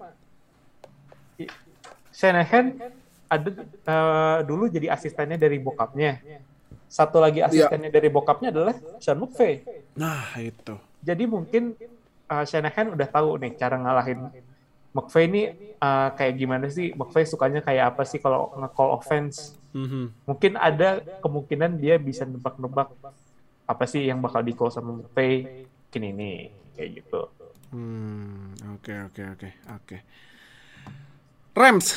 Shanahan ada uh, dulu jadi asistennya dari bokapnya. Satu lagi asistennya ya. dari bokapnya adalah Sean McVay. Nah, itu. Jadi mungkin uh, Shanahan udah tahu nih cara ngalahin McVay ini uh, kayak gimana sih? McVay sukanya kayak apa sih kalau nge-call offense? Mm-hmm. Mungkin ada kemungkinan dia bisa nebak-nebak apa sih yang bakal di-call sama McVay. Mungkin ini kayak gitu. Hmm, oke oke oke oke. Rams.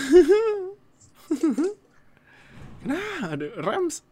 Nah, ada Rams.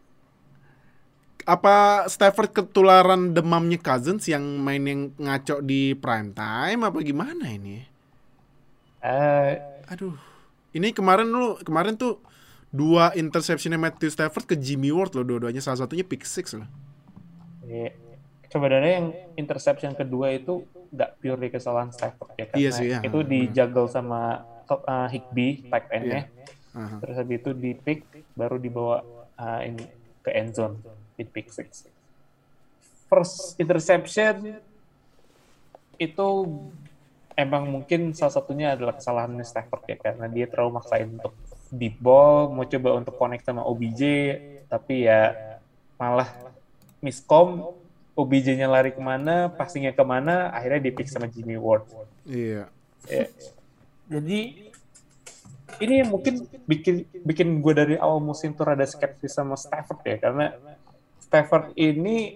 Apa Stafford ketularan demamnya Cousins yang main yang ngaco di prime time apa gimana ini? Uh, Aduh. Ini kemarin lu kemarin tuh dua interception Matthew Stafford ke Jimmy Ward loh, dua-duanya, salah satunya pick six loh. Iya. Sebenarnya yang interception kedua itu nggak purely kesalahan Stafford ya, karena iya sih, ya. itu dijuggle sama uh, Higbee tight end-nya. Iya. Uh-huh. Terus habis itu di pick baru dibawa uh, ini ke end zone di pick six. First interception itu emang mungkin salah satunya adalah kesalahan Stafford ya, karena dia terlalu maksain untuk deep ball, mau coba untuk connect sama O B J, tapi ya malah miscom, O B J-nya lari kemana, passingnya kemana, akhirnya di pick sama Jimmy Ward. Iya. Ya. Jadi ini mungkin bikin bikin gue dari awal musim tuh rada skeptis sama Stafford ya, karena Stafford ini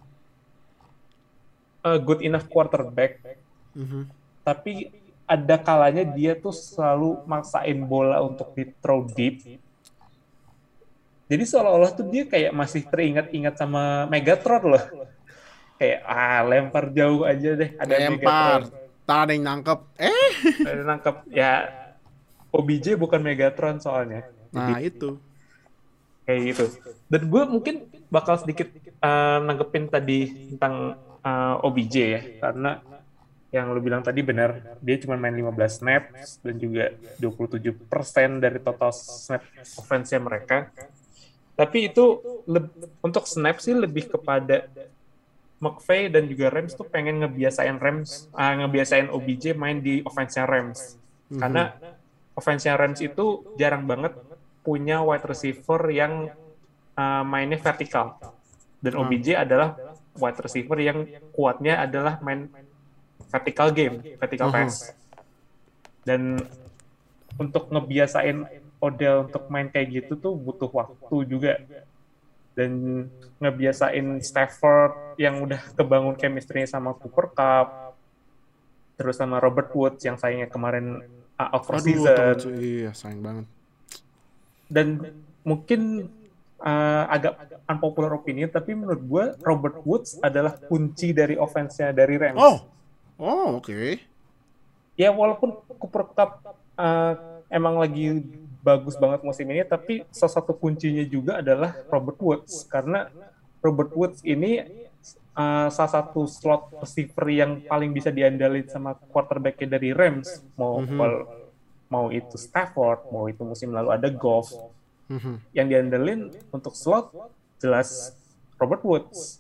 a good enough quarterback, mm-hmm. tapi ada kalanya dia tuh selalu maksain bola untuk di throw deep. Jadi seolah-olah tuh dia kayak masih teringat-ingat sama Megatron loh. Kayak ah lempar jauh aja deh, ada lempar. Megatron. Tak ada yang nangkep. Eh, ada yang nangkep. Ya O B J bukan Megatron soalnya. Nah, jadi, itu. Kayak gitu. Dan gue mungkin bakal sedikit uh, nanggepin tadi tentang uh, O B J ya, karena yang lu bilang tadi benar, dia cuma main lima belas snap dan juga dua puluh tujuh persen dari total snap offense-nya mereka. Tapi itu le- untuk snap sih lebih kepada McVay dan juga Rams tuh pengen ngebiasain Rams, uh, ngebiasain O B J main di offense-nya Rams. Mm-hmm. Karena offense-nya Rams itu jarang banget punya wide receiver yang uh, mainnya vertikal. Dan O B J hmm. adalah wide receiver yang kuatnya adalah main vertical game, vertical uh-huh. pass. Dan untuk ngebiasain Odell untuk main kayak gitu tuh butuh waktu juga. Dan ngebiasain Stafford yang udah kebangun chemistry-nya sama Cooper Kupp, terus sama Robert Woods yang sayangnya kemarin out for season. Aduh, iya, sayang banget. Dan mungkin uh, agak unpopular opinion, tapi menurut gue Robert Woods adalah kunci dari offense-nya dari Rams. Oh, oh oke. Okay. Ya walaupun Cooper Kupp uh, emang lagi bagus banget musim ini, tapi salah satu kuncinya juga adalah Robert Woods, karena Robert Woods ini uh, salah satu slot receiver yang paling bisa diandalin sama quarterback-nya dari Rams, mau mm-hmm. mau itu Stafford, mau itu musim lalu ada Goff. Mm-hmm. Yang diandelin untuk slot jelas Robert Woods.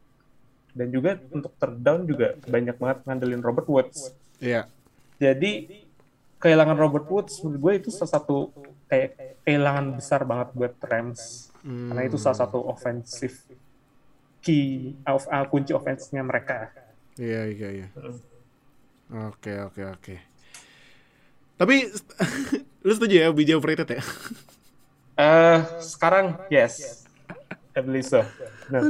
Dan juga untuk third down juga banyak banget ngandelin Robert Woods. Iya. Yeah. Jadi kehilangan Robert Woods menurut gue itu salah satu kayak kehilangan besar banget buat Rams. Mm. Karena itu salah satu offensive key of uh, kunci offense-nya mereka. Iya, iya, iya. Oke, oke, oke. Tapi lu setuju ya O B J overrated ya? Uh, sekarang yes, I believe so. No.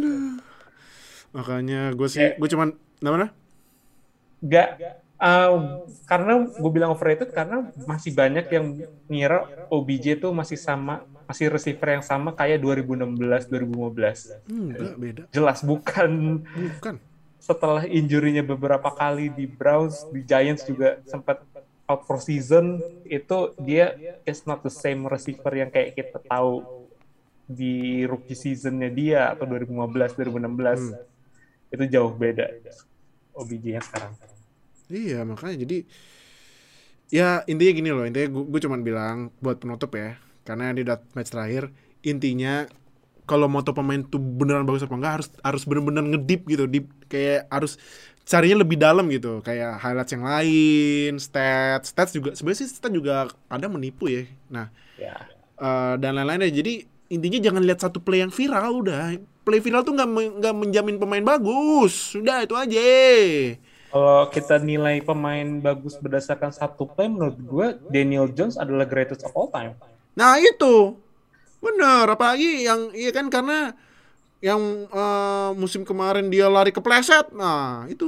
Makanya gue sih, gue cuman, namanya? Gak, uh, karena gue bilang overrated karena masih banyak yang ngira O B J tuh masih sama masih receiver yang sama kayak dua ribu enam belas dua ribu lima belas. Enggak, beda. Jelas bukan. Bukan. Setelah injury-nya beberapa kali di Browns, di Giants juga sempat out for season, itu dia is not the same receiver yang kayak kita tahu di rookie season-nya dia atau dua ribu lima belas dua ribu enam belas. Hmm. Itu jauh beda O B J-nya sekarang. Iya, makanya jadi ya intinya gini loh, intinya gue, gue cuman bilang buat penutup ya, karena di match terakhir intinya kalau moto pemain tuh beneran bagus apa enggak harus harus bener-bener ngedip gitu, deep, kayak harus carinya lebih dalam gitu, kayak highlights yang lain, stats, stats juga sebenarnya sih stats juga ada menipu ya. Nah, ya. uh, dan lain-lainnya. Jadi intinya jangan lihat satu play yang viral, udah play viral tuh nggak nggak menjamin pemain bagus, udah itu aja. Kalau kita nilai pemain bagus berdasarkan satu play, menurut gue Daniel Jones adalah greatest of all time. Nah itu bener, apalagi yang iya kan, karena yang uh, musim kemarin dia lari kepleset, nah itu.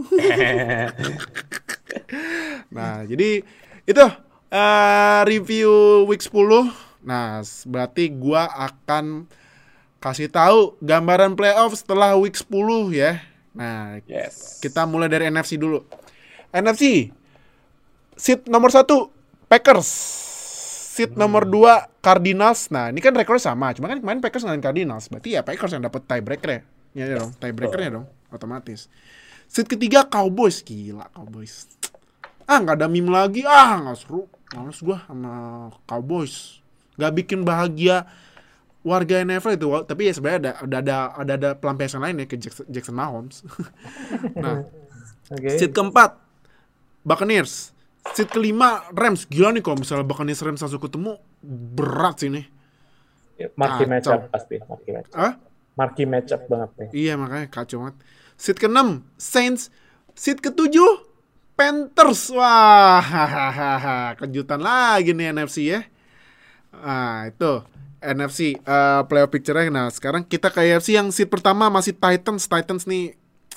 Nah jadi itu uh, review week sepuluh. Nah berarti gua akan kasih tahu gambaran playoff setelah week sepuluh ya. Nah yes. Kita mulai dari N F C dulu. N F C seed nomor satu Packers. Seat hmm. nomor dua Cardinals. Nah, ini kan rekornya sama. Cuma kan kemarin Packers ngalahin Cardinals. Berarti ya Packers yang dapat tiebreaker ya. Ya, ya dong, tiebreakernya dong, otomatis. Seat ketiga Cowboys. Gila Cowboys. Ah, enggak ada meme lagi. Ah, enggak seru. Males gua sama Cowboys. Enggak bikin bahagia warga N F L itu. Tapi ya sebenarnya ada ada ada ada, ada pelampiasan lain ya ke Jackson, Jackson Mahomes. Nah. Okay. Seat keempat Buccaneers. Seat kelima Rams. Gila nih kalau misalnya Buccaneers Rams langsung ketemu, berat sih nih. Marquee matchup pasti. Marquee matchup. Hah? Marquee matchup banget nih. Iya makanya kacau banget. Seat keenam Saints. Seat ketujuh Panthers. Wah, kejutan lagi nih N F C ya. Ah itu N F C uh, playoff picture-nya. Nah sekarang kita ke A F C yang seat pertama masih Titans. Titans nih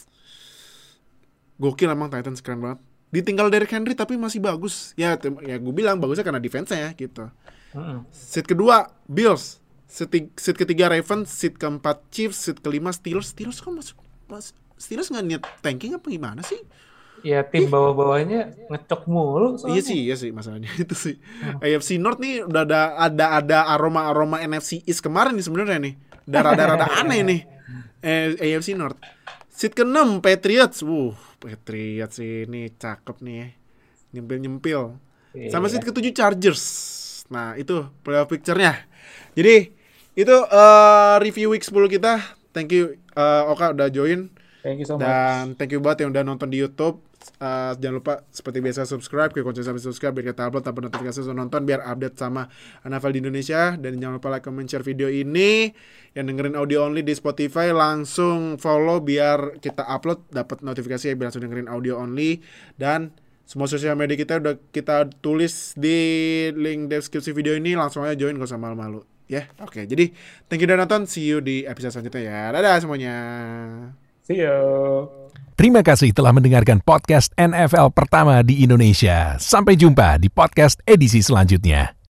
gokil emang, Titans keren banget. Ditinggal Derrick Henry tapi masih bagus. Ya, ya gue bilang bagusnya karena defense-nya ya gitu. Uh-uh. Seat kedua Bills, seat, seat ketiga Ravens, seat keempat Chiefs, seat kelima Steelers. Steelers kan masuk, mas, Steelers nggak niat tanking apa gimana sih? Ya tim eh. bawah-bawahnya ngecok mulu soalnya. Iya sih, iya sih masalahnya itu sih. Uh. A F C North nih udah ada ada ada aroma-aroma N F C East kemarin nih sebenarnya nih. Darah-darah aneh nih. Eh, A F C North. Seat keenam Patriots. Wuh, Patriots ini cakep nih ya. Nyempil-nyempil. Iya. Sama seat ketujuh Chargers. Nah, itu playoff picture-nya. Jadi, itu uh, review week sepuluh kita. Thank you uh, Oka udah join. Thank you so much. Dan thank you banget yang udah nonton di YouTube. Uh, jangan lupa seperti biasa subscribe, klik kunci sampai subscribe biar kita upload tanpa notifikasi untuk nonton, biar update sama N F L di Indonesia. Dan jangan lupa like, comment, share video ini. Yang dengerin audio only di Spotify langsung follow biar kita upload dapat notifikasi ya, biar langsung dengerin audio only. Dan semua sosial media kita udah kita tulis di link deskripsi video ini, langsung aja join, gak usah malu-malu ya. Yeah? Oke, okay, jadi thank you udah nonton, see you di episode selanjutnya ya. Dadah semuanya. See you. Terima kasih telah mendengarkan podcast N F L pertama di Indonesia. Sampai jumpa di podcast edisi selanjutnya.